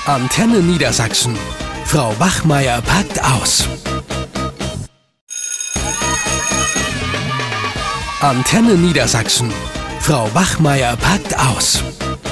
Antenne Niedersachsen. Frau Wachmeier packt aus. Antenne Niedersachsen. Frau Wachmeier packt aus.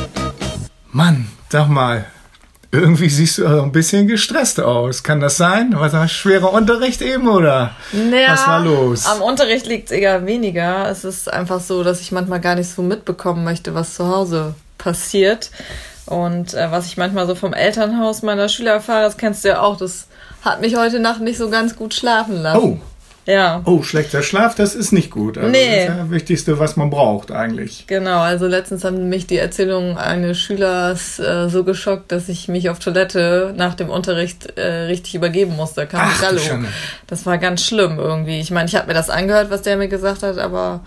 Mann, sag mal, irgendwie siehst du ein bisschen gestresst aus. Kann das sein? Was war schwerer Unterricht eben, oder? Naja, was war los? Am Unterricht liegt es eher weniger. Es ist einfach so, dass ich manchmal gar nicht so mitbekommen möchte, was zu Hause passiert. Und was ich manchmal so vom Elternhaus meiner Schüler erfahre, das kennst du ja auch, das hat mich heute Nacht nicht so ganz gut schlafen lassen. Oh. Ja. Oh, schlechter Schlaf, das ist nicht gut. Also Nee. Das ist ja das Wichtigste, was man braucht eigentlich. Genau, also letztens haben mich die Erzählungen eines Schülers so geschockt, dass ich mich auf Toilette nach dem Unterricht richtig übergeben musste. Ach, du Schande. Das war ganz schlimm irgendwie. Ich meine, ich habe mir das angehört, was der mir gesagt hat, aber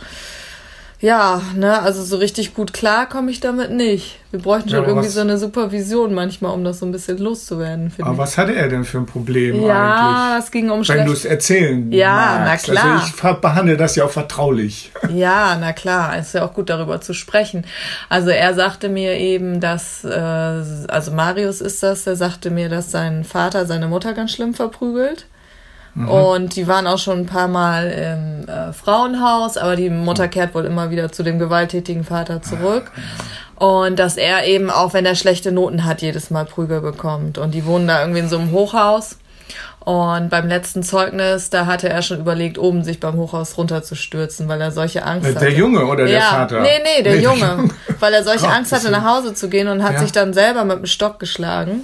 ja, ne, also so richtig gut klar komme ich damit nicht. Wir bräuchten schon irgendwie so eine Supervision manchmal, um das so ein bisschen loszuwerden, finde ich. Aber was hatte er denn für ein Problem eigentlich? Ja, das ging um Wenn du es erzählen Ja, magst. na klar. Also ich behandle das ja auch vertraulich. Ja, na klar, es ist ja auch gut, darüber zu sprechen. Also er sagte mir eben, dass, also Marius ist das, der sagte mir, dass sein Vater seine Mutter ganz schlimm verprügelt. Und die waren auch schon ein paar Mal im Frauenhaus, aber die Mutter kehrt wohl immer wieder zu dem gewalttätigen Vater zurück. Und dass er eben, auch wenn er schlechte Noten hat, jedes Mal Prügel bekommt. Und die wohnen da irgendwie in so einem Hochhaus. Und beim letzten Zeugnis, da hatte er schon überlegt, oben sich beim Hochhaus runterzustürzen, weil er solche Angst hatte. Der Junge oder der Vater? Nee, der Junge. Weil er solche Angst hatte, nach Hause zu gehen und hat sich dann selber mit dem Stock geschlagen.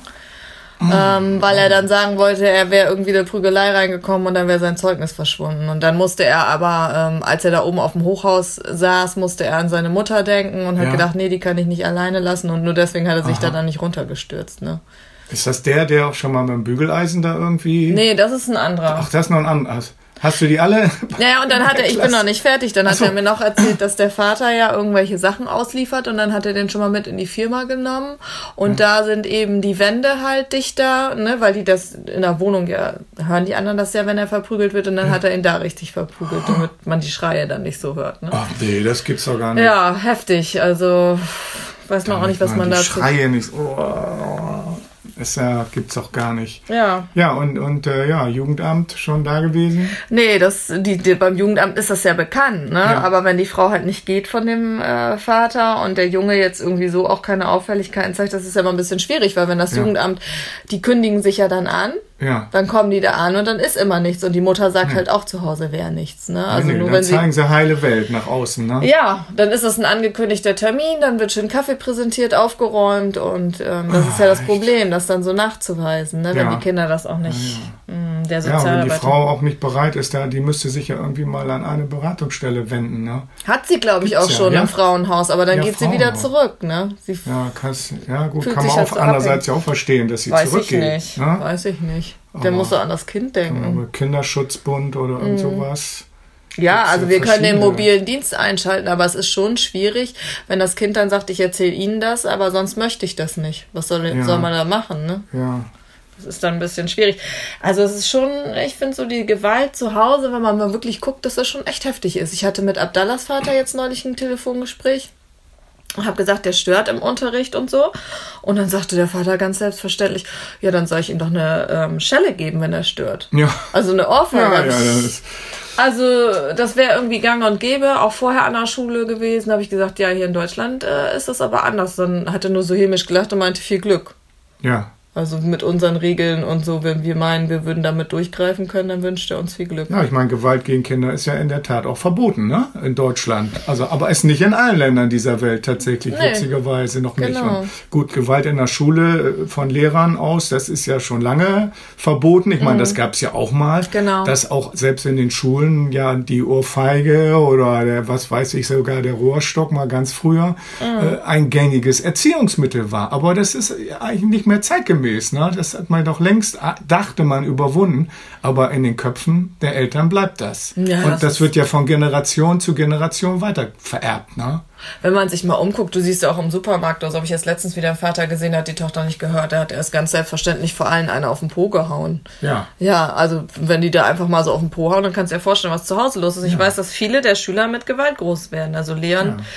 Weil er dann sagen wollte, er wäre irgendwie der Prügelei reingekommen und dann wäre sein Zeugnis verschwunden. Und dann musste er aber, als er da oben auf dem Hochhaus saß, musste er an seine Mutter denken und hat gedacht, nee, die kann ich nicht alleine lassen. Und nur deswegen hat er sich da dann nicht runtergestürzt. Ne? Ist das der auch schon mal mit dem Bügeleisen da irgendwie... Nee, das ist ein anderer. Ach, das ist noch ein anderer. Hast du die alle? Naja, und dann hat er, ich bin noch nicht fertig, dann hat er mir noch erzählt, dass der Vater ja irgendwelche Sachen ausliefert und dann hat er den schon mal mit in die Firma genommen und da sind eben die Wände halt dichter, ne, weil die das in der Wohnung ja, hören die anderen das ja, wenn er verprügelt wird und dann hat er ihn da richtig verprügelt, damit man die Schreie dann nicht so hört. Ne? Ach nee, das gibt's doch gar nicht. Ja, heftig, also weiß man auch nicht, was man da... Schreie nicht, das gibt's doch gar nicht. Ja. Ja, und Jugendamt schon da gewesen? Nee, beim Jugendamt ist das ja bekannt, ne? Ja. Aber wenn die Frau halt nicht geht von dem Vater und der Junge jetzt irgendwie so auch keine Auffälligkeiten zeigt, das ist ja immer ein bisschen schwierig, weil wenn das Jugendamt, die kündigen sich ja dann an, dann kommen die da an und dann ist immer nichts und die Mutter sagt halt auch zu Hause wäre nichts, ne? Also nur dann wenn zeigen sie heile Welt nach außen, ne? Ja, dann ist das ein angekündigter Termin, dann wird schön Kaffee präsentiert, aufgeräumt und das ist ja das Problem, das dann so nachzuweisen, ne? Wenn die Kinder das auch nicht, der Sozialarbeiter. Wenn die Frau auch nicht bereit ist, die müsste sich ja irgendwie mal an eine Beratungsstelle wenden, ne? Hat sie, glaube ich, auch schon im Frauenhaus, aber dann geht sie wieder zurück, ne? Gut, kann man auch andererseits ja auch verstehen, dass sie zurückgeht. Weiß ich nicht. Der muss so an das Kind denken. Kinderschutzbund oder irgend sowas. Ja, also wir können den mobilen Dienst einschalten, aber es ist schon schwierig, wenn das Kind dann sagt, ich erzähle Ihnen das, aber sonst möchte ich das nicht. Was soll man da machen, ne? Ja. Das ist dann ein bisschen schwierig. Also es ist schon, ich finde so die Gewalt zu Hause, wenn man mal wirklich guckt, dass das schon echt heftig ist. Ich hatte mit Abdallahs Vater jetzt neulich ein Telefongespräch. Und habe gesagt, der stört im Unterricht und so. Und dann sagte der Vater ganz selbstverständlich, ja, dann soll ich ihm doch eine Schelle geben, wenn er stört. Ja. Also eine Ohrfeige. Also das wäre irgendwie gang und gäbe, auch vorher an der Schule gewesen. Habe ich gesagt, ja, hier in Deutschland ist das aber anders. Dann hat er nur so hämisch gelacht und meinte, viel Glück. Ja. Also mit unseren Regeln und so, wenn wir meinen, wir würden damit durchgreifen können, dann wünscht er uns viel Glück. Ja, ich meine, Gewalt gegen Kinder ist ja in der Tat auch verboten, ne? In Deutschland. Also, aber ist nicht in allen Ländern dieser Welt tatsächlich, witzigerweise noch nicht. Und gut, Gewalt in der Schule von Lehrern aus, das ist ja schon lange verboten. Ich meine, das gab es ja auch mal. Genau. Dass auch selbst in den Schulen ja die Ohrfeige oder sogar der Rohrstock mal ganz früher ein gängiges Erziehungsmittel war. Aber das ist eigentlich nicht mehr zeitgemäß. Ne? Das hat man doch längst, dachte man, überwunden, aber in den Köpfen der Eltern bleibt das. Ja, und das wird ja von Generation zu Generation weiter vererbt. Ne? Wenn man sich mal umguckt, du siehst ja auch im Supermarkt, also habe ich jetzt letztens wieder einen Vater gesehen, der hat die Tochter nicht gehört, der hat erst ganz selbstverständlich vor allen einen auf den Po gehauen. Ja. Ja, also wenn die da einfach mal so auf den Po hauen, dann kannst du dir vorstellen, was zu Hause los ist. Ich weiß, dass viele der Schüler mit Gewalt groß werden. Also Leon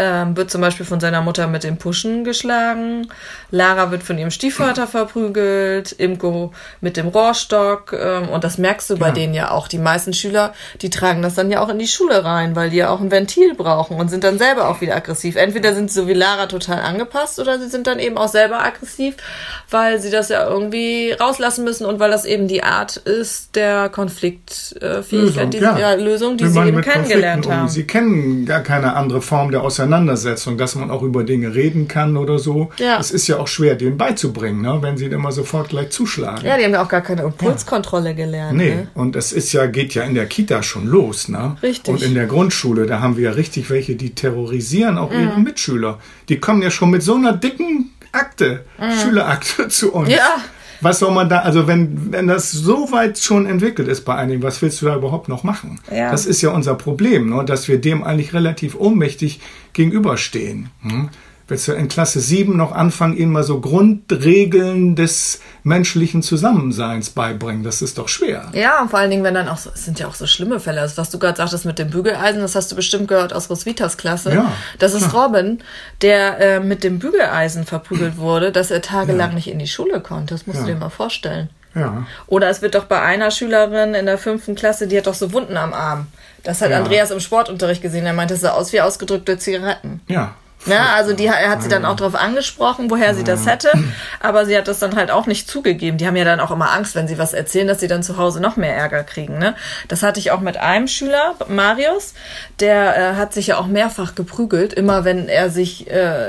wird zum Beispiel von seiner Mutter mit dem Puschen geschlagen. Lara wird von ihrem Stiefvater verprügelt. Imko mit dem Rohrstock. Und das merkst du bei denen ja auch. Die meisten Schüler, die tragen das dann ja auch in die Schule rein, weil die ja auch ein Ventil brauchen und sind dann selber auch wieder aggressiv. Entweder sind sie so wie Lara total angepasst oder sie sind dann eben auch selber aggressiv, weil sie das ja irgendwie rauslassen müssen und weil das eben die Art ist der Konfliktfähigkeit, Lösung, die sie eben kennengelernt haben. Sie kennen gar keine andere Form der Auseinandersetzung, dass man auch über Dinge reden kann oder so. Ja. Es ist ja auch schwer, denen beizubringen, ne? Wenn sie immer sofort gleich zuschlagen. Ja, die haben ja auch gar keine Impulskontrolle gelernt. Nee, ne? Und es geht ja in der Kita schon los, ne? Richtig. Und in der Grundschule, da haben wir ja richtig welche, die terrorisieren auch ihre Mitschüler. Die kommen ja schon mit so einer dicken Akte, Schülerakte zu uns. Ja. Was soll man da, also wenn das so weit schon entwickelt ist bei einigen, was willst du da überhaupt noch machen? Ja. Das ist ja unser Problem, ne? Dass wir dem eigentlich relativ ohnmächtig gegenüberstehen. Willst du in Klasse 7 noch anfangen, ihnen mal so Grundregeln des menschlichen Zusammenseins beibringen? Das ist doch schwer. Ja, und vor allen Dingen, wenn dann auch so, es sind ja auch so schlimme Fälle. Also was du gerade sagtest mit dem Bügeleisen, das hast du bestimmt gehört aus Roswitas Klasse. Ja, das ist Robin, der mit dem Bügeleisen verprügelt wurde, dass er tagelang nicht in die Schule konnte. Das musst du dir mal vorstellen. Ja. Oder es wird doch bei einer Schülerin in der 5. Klasse, die hat doch so Wunden am Arm. Das hat Andreas im Sportunterricht gesehen. Er meinte, das sah aus wie ausgedrückte Zigaretten. Ja. Ja, also er hat sie dann auch darauf angesprochen, woher sie das hätte, aber sie hat das dann halt auch nicht zugegeben. Die haben ja dann auch immer Angst, wenn sie was erzählen, dass sie dann zu Hause noch mehr Ärger kriegen. Ne? Das hatte ich auch mit einem Schüler, Marius, der hat sich ja auch mehrfach geprügelt, immer wenn er sich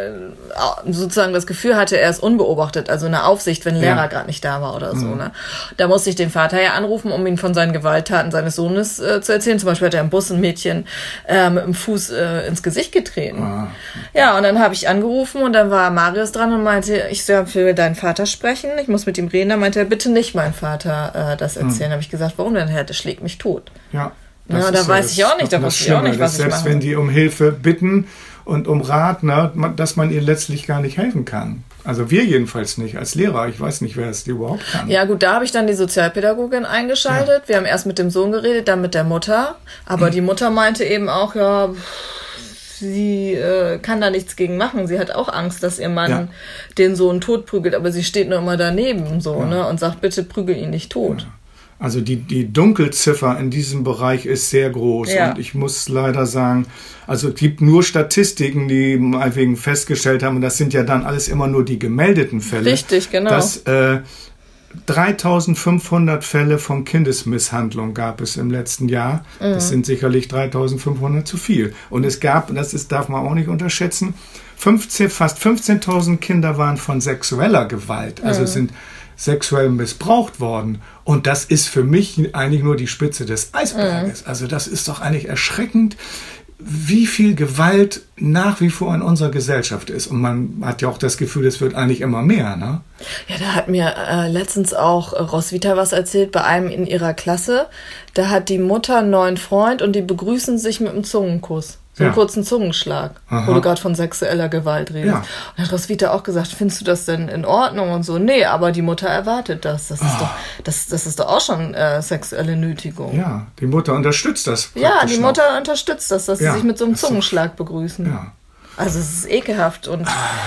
sozusagen das Gefühl hatte, er ist unbeobachtet, also eine Aufsicht, wenn ein Lehrer gerade nicht da war oder so. Ne? Da musste ich den Vater ja anrufen, um ihn von seinen Gewalttaten seines Sohnes zu erzählen. Zum Beispiel hat er im Bus ein Mädchen mit dem Fuß ins Gesicht getreten. Ja, und dann habe ich angerufen und dann war Marius dran und meinte, ich will deinen Vater sprechen, ich muss mit ihm reden. Dann meinte er, bitte nicht mein Vater das erzählen. Habe ich gesagt, warum denn? Der schlägt mich tot. Ja. Da weiß ich auch nicht, da wusste ich auch nicht, was ich mache. Selbst wenn die um Hilfe bitten und um Rat, ne, dass man ihr letztlich gar nicht helfen kann. Also wir jedenfalls nicht als Lehrer. Ich weiß nicht, wer es dir überhaupt kann. Ja gut, da habe ich dann die Sozialpädagogin eingeschaltet. Ja. Wir haben erst mit dem Sohn geredet, dann mit der Mutter. Aber die Mutter meinte eben auch, sie kann da nichts gegen machen. Sie hat auch Angst, dass ihr Mann den Sohn totprügelt, aber sie steht nur immer daneben ne, und sagt, bitte prügel ihn nicht tot. Ja. Also die Dunkelziffer in diesem Bereich ist sehr groß. Ja. Und ich muss leider sagen, also es gibt nur Statistiken, die meinetwegen festgestellt haben, und das sind ja dann alles immer nur die gemeldeten Fälle. Richtig, genau. Dass 3.500 Fälle von Kindesmisshandlung gab es im letzten Jahr. Das sind sicherlich 3.500 zu viel. Und es gab, darf man auch nicht unterschätzen, fast 15.000 Kinder waren von sexueller Gewalt, also sind sexuell missbraucht worden. Und das ist für mich eigentlich nur die Spitze des Eisberges. Also das ist doch eigentlich erschreckend, wie viel Gewalt nach wie vor in unserer Gesellschaft ist. Und man hat ja auch das Gefühl, es wird eigentlich immer mehr, ne? Ja, da hat mir letztens auch Roswitha was erzählt, bei einem in ihrer Klasse. Da hat die Mutter einen neuen Freund und die begrüßen sich mit einem Zungenkuss. So einen kurzen Zungenschlag, wo du gerade von sexueller Gewalt redest. Ja. Und dann hat Roswitha auch gesagt, findest du das denn in Ordnung und so? Nee, aber die Mutter erwartet das. Das ist doch auch schon sexuelle Nötigung. Ja, die Mutter unterstützt das. Ja, die Mutter unterstützt das, dass sie sich mit so einem Zungenschlag begrüßen. Ja. Also es ist ekelhaft und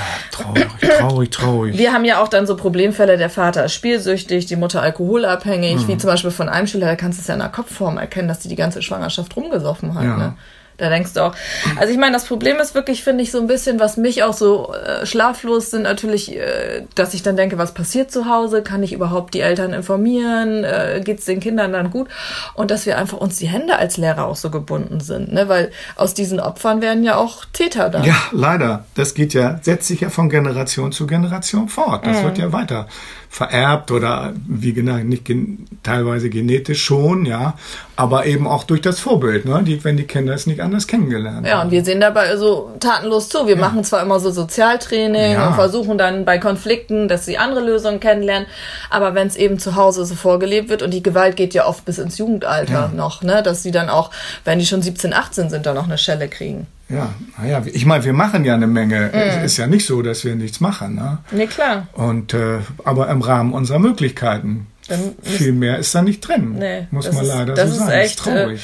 traurig. Wir haben ja auch dann so Problemfälle, der Vater ist spielsüchtig, die Mutter alkoholabhängig, wie zum Beispiel von einem Schüler, da kannst du es ja in der Kopfform erkennen, dass die ganze Schwangerschaft rumgesoffen hat. Ja. Ne? Da denkst du auch, also ich meine, das Problem ist wirklich, finde ich, so ein bisschen, was mich auch so schlaflos sind natürlich, dass ich dann denke, was passiert zu Hause? Kann ich überhaupt die Eltern informieren? Geht's den Kindern dann gut? Und dass wir einfach uns die Hände als Lehrer auch so gebunden sind, ne? Weil aus diesen Opfern werden ja auch Täter dann. Ja, leider. Das setzt sich ja von Generation zu Generation fort. Das wird ja weiter vererbt oder wie genau, nicht teilweise genetisch schon, ja, aber eben auch durch das Vorbild, ne? Wenn die Kinder es nicht anders kennengelernt haben. Ja, und wir sehen dabei so tatenlos zu. Wir machen zwar immer so Sozialtraining und versuchen dann bei Konflikten, dass sie andere Lösungen kennenlernen, aber wenn es eben zu Hause so vorgelebt wird und die Gewalt geht ja oft bis ins Jugendalter noch, ne? Dass sie dann auch, wenn die schon 17, 18 sind, dann noch eine Schelle kriegen. Ja, naja, ich meine, wir machen ja eine Menge. Es ist ja nicht so, dass wir nichts machen. Ne? Nee, klar. Und, aber im Rahmen unserer Möglichkeiten. Viel mehr ist da nicht drin. Nee, muss man leider so sagen. Das ist echt traurig.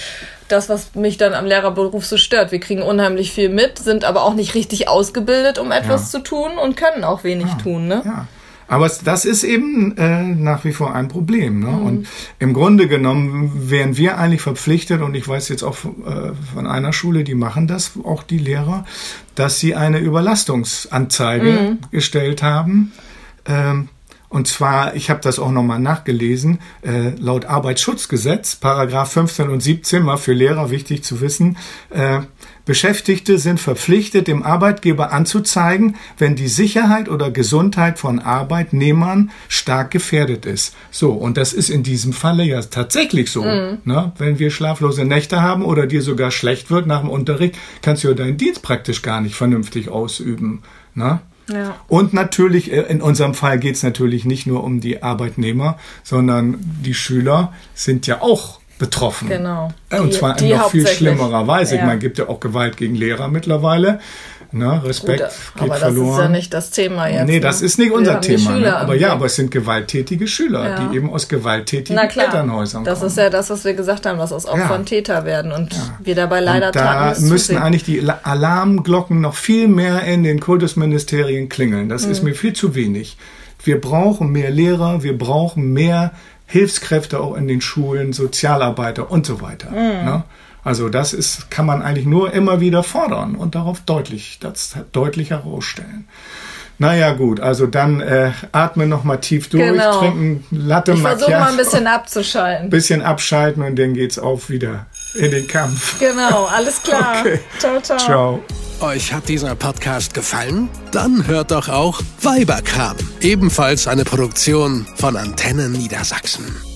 das, was mich dann am Lehrerberuf so stört. Wir kriegen unheimlich viel mit, sind aber auch nicht richtig ausgebildet, um etwas zu tun und können auch wenig tun. Ne? Ja. Aber das ist eben nach wie vor ein Problem. Ne? Und im Grunde genommen wären wir eigentlich verpflichtet, und ich weiß jetzt auch von einer Schule, die machen das, auch die Lehrer, dass sie eine Überlastungsanzeige gestellt haben. Und zwar, ich habe das auch nochmal nachgelesen, laut Arbeitsschutzgesetz, Paragraph 15 und 17, mal für Lehrer wichtig zu wissen, Beschäftigte sind verpflichtet, dem Arbeitgeber anzuzeigen, wenn die Sicherheit oder Gesundheit von Arbeitnehmern stark gefährdet ist. So, und das ist in diesem Falle ja tatsächlich so. Ne? Wenn wir schlaflose Nächte haben oder dir sogar schlecht wird nach dem Unterricht, kannst du ja deinen Dienst praktisch gar nicht vernünftig ausüben. Ne? Ja. Und natürlich, in unserem Fall geht es natürlich nicht nur um die Arbeitnehmer, sondern die Schüler sind ja auch betroffen. Genau. Und zwar in noch viel schlimmerer Weise. Ja. Ich meine, es gibt ja auch Gewalt gegen Lehrer mittlerweile. Ne, Respekt geht verloren. Aber das ist ja nicht das Thema jetzt. Nee, das ist nicht unser Thema. Ne? Aber es sind gewalttätige Schüler, die eben aus gewalttätigen Elternhäusern kommen. Das ist ja das, was wir gesagt haben, was aus Opfern Täter werden und wir dabei leider tatenlos zusehen. Da müssen eigentlich die Alarmglocken noch viel mehr in den Kultusministerien klingeln. Das ist mir viel zu wenig. Wir brauchen mehr Lehrer, wir brauchen mehr Hilfskräfte auch in den Schulen, Sozialarbeiter und so weiter. Ne? Also das kann man eigentlich nur immer wieder fordern und darauf deutlich herausstellen. Naja gut, also dann atmen noch mal tief durch, trinken Latte Macchiato. Ich versuche mal ein bisschen abzuschalten. Ein bisschen abschalten und dann geht's auf wieder in den Kampf. Genau, alles klar. Okay. Ciao, ciao. Ciao. Euch hat dieser Podcast gefallen? Dann hört doch auch Weiberkram, ebenfalls eine Produktion von Antenne Niedersachsen.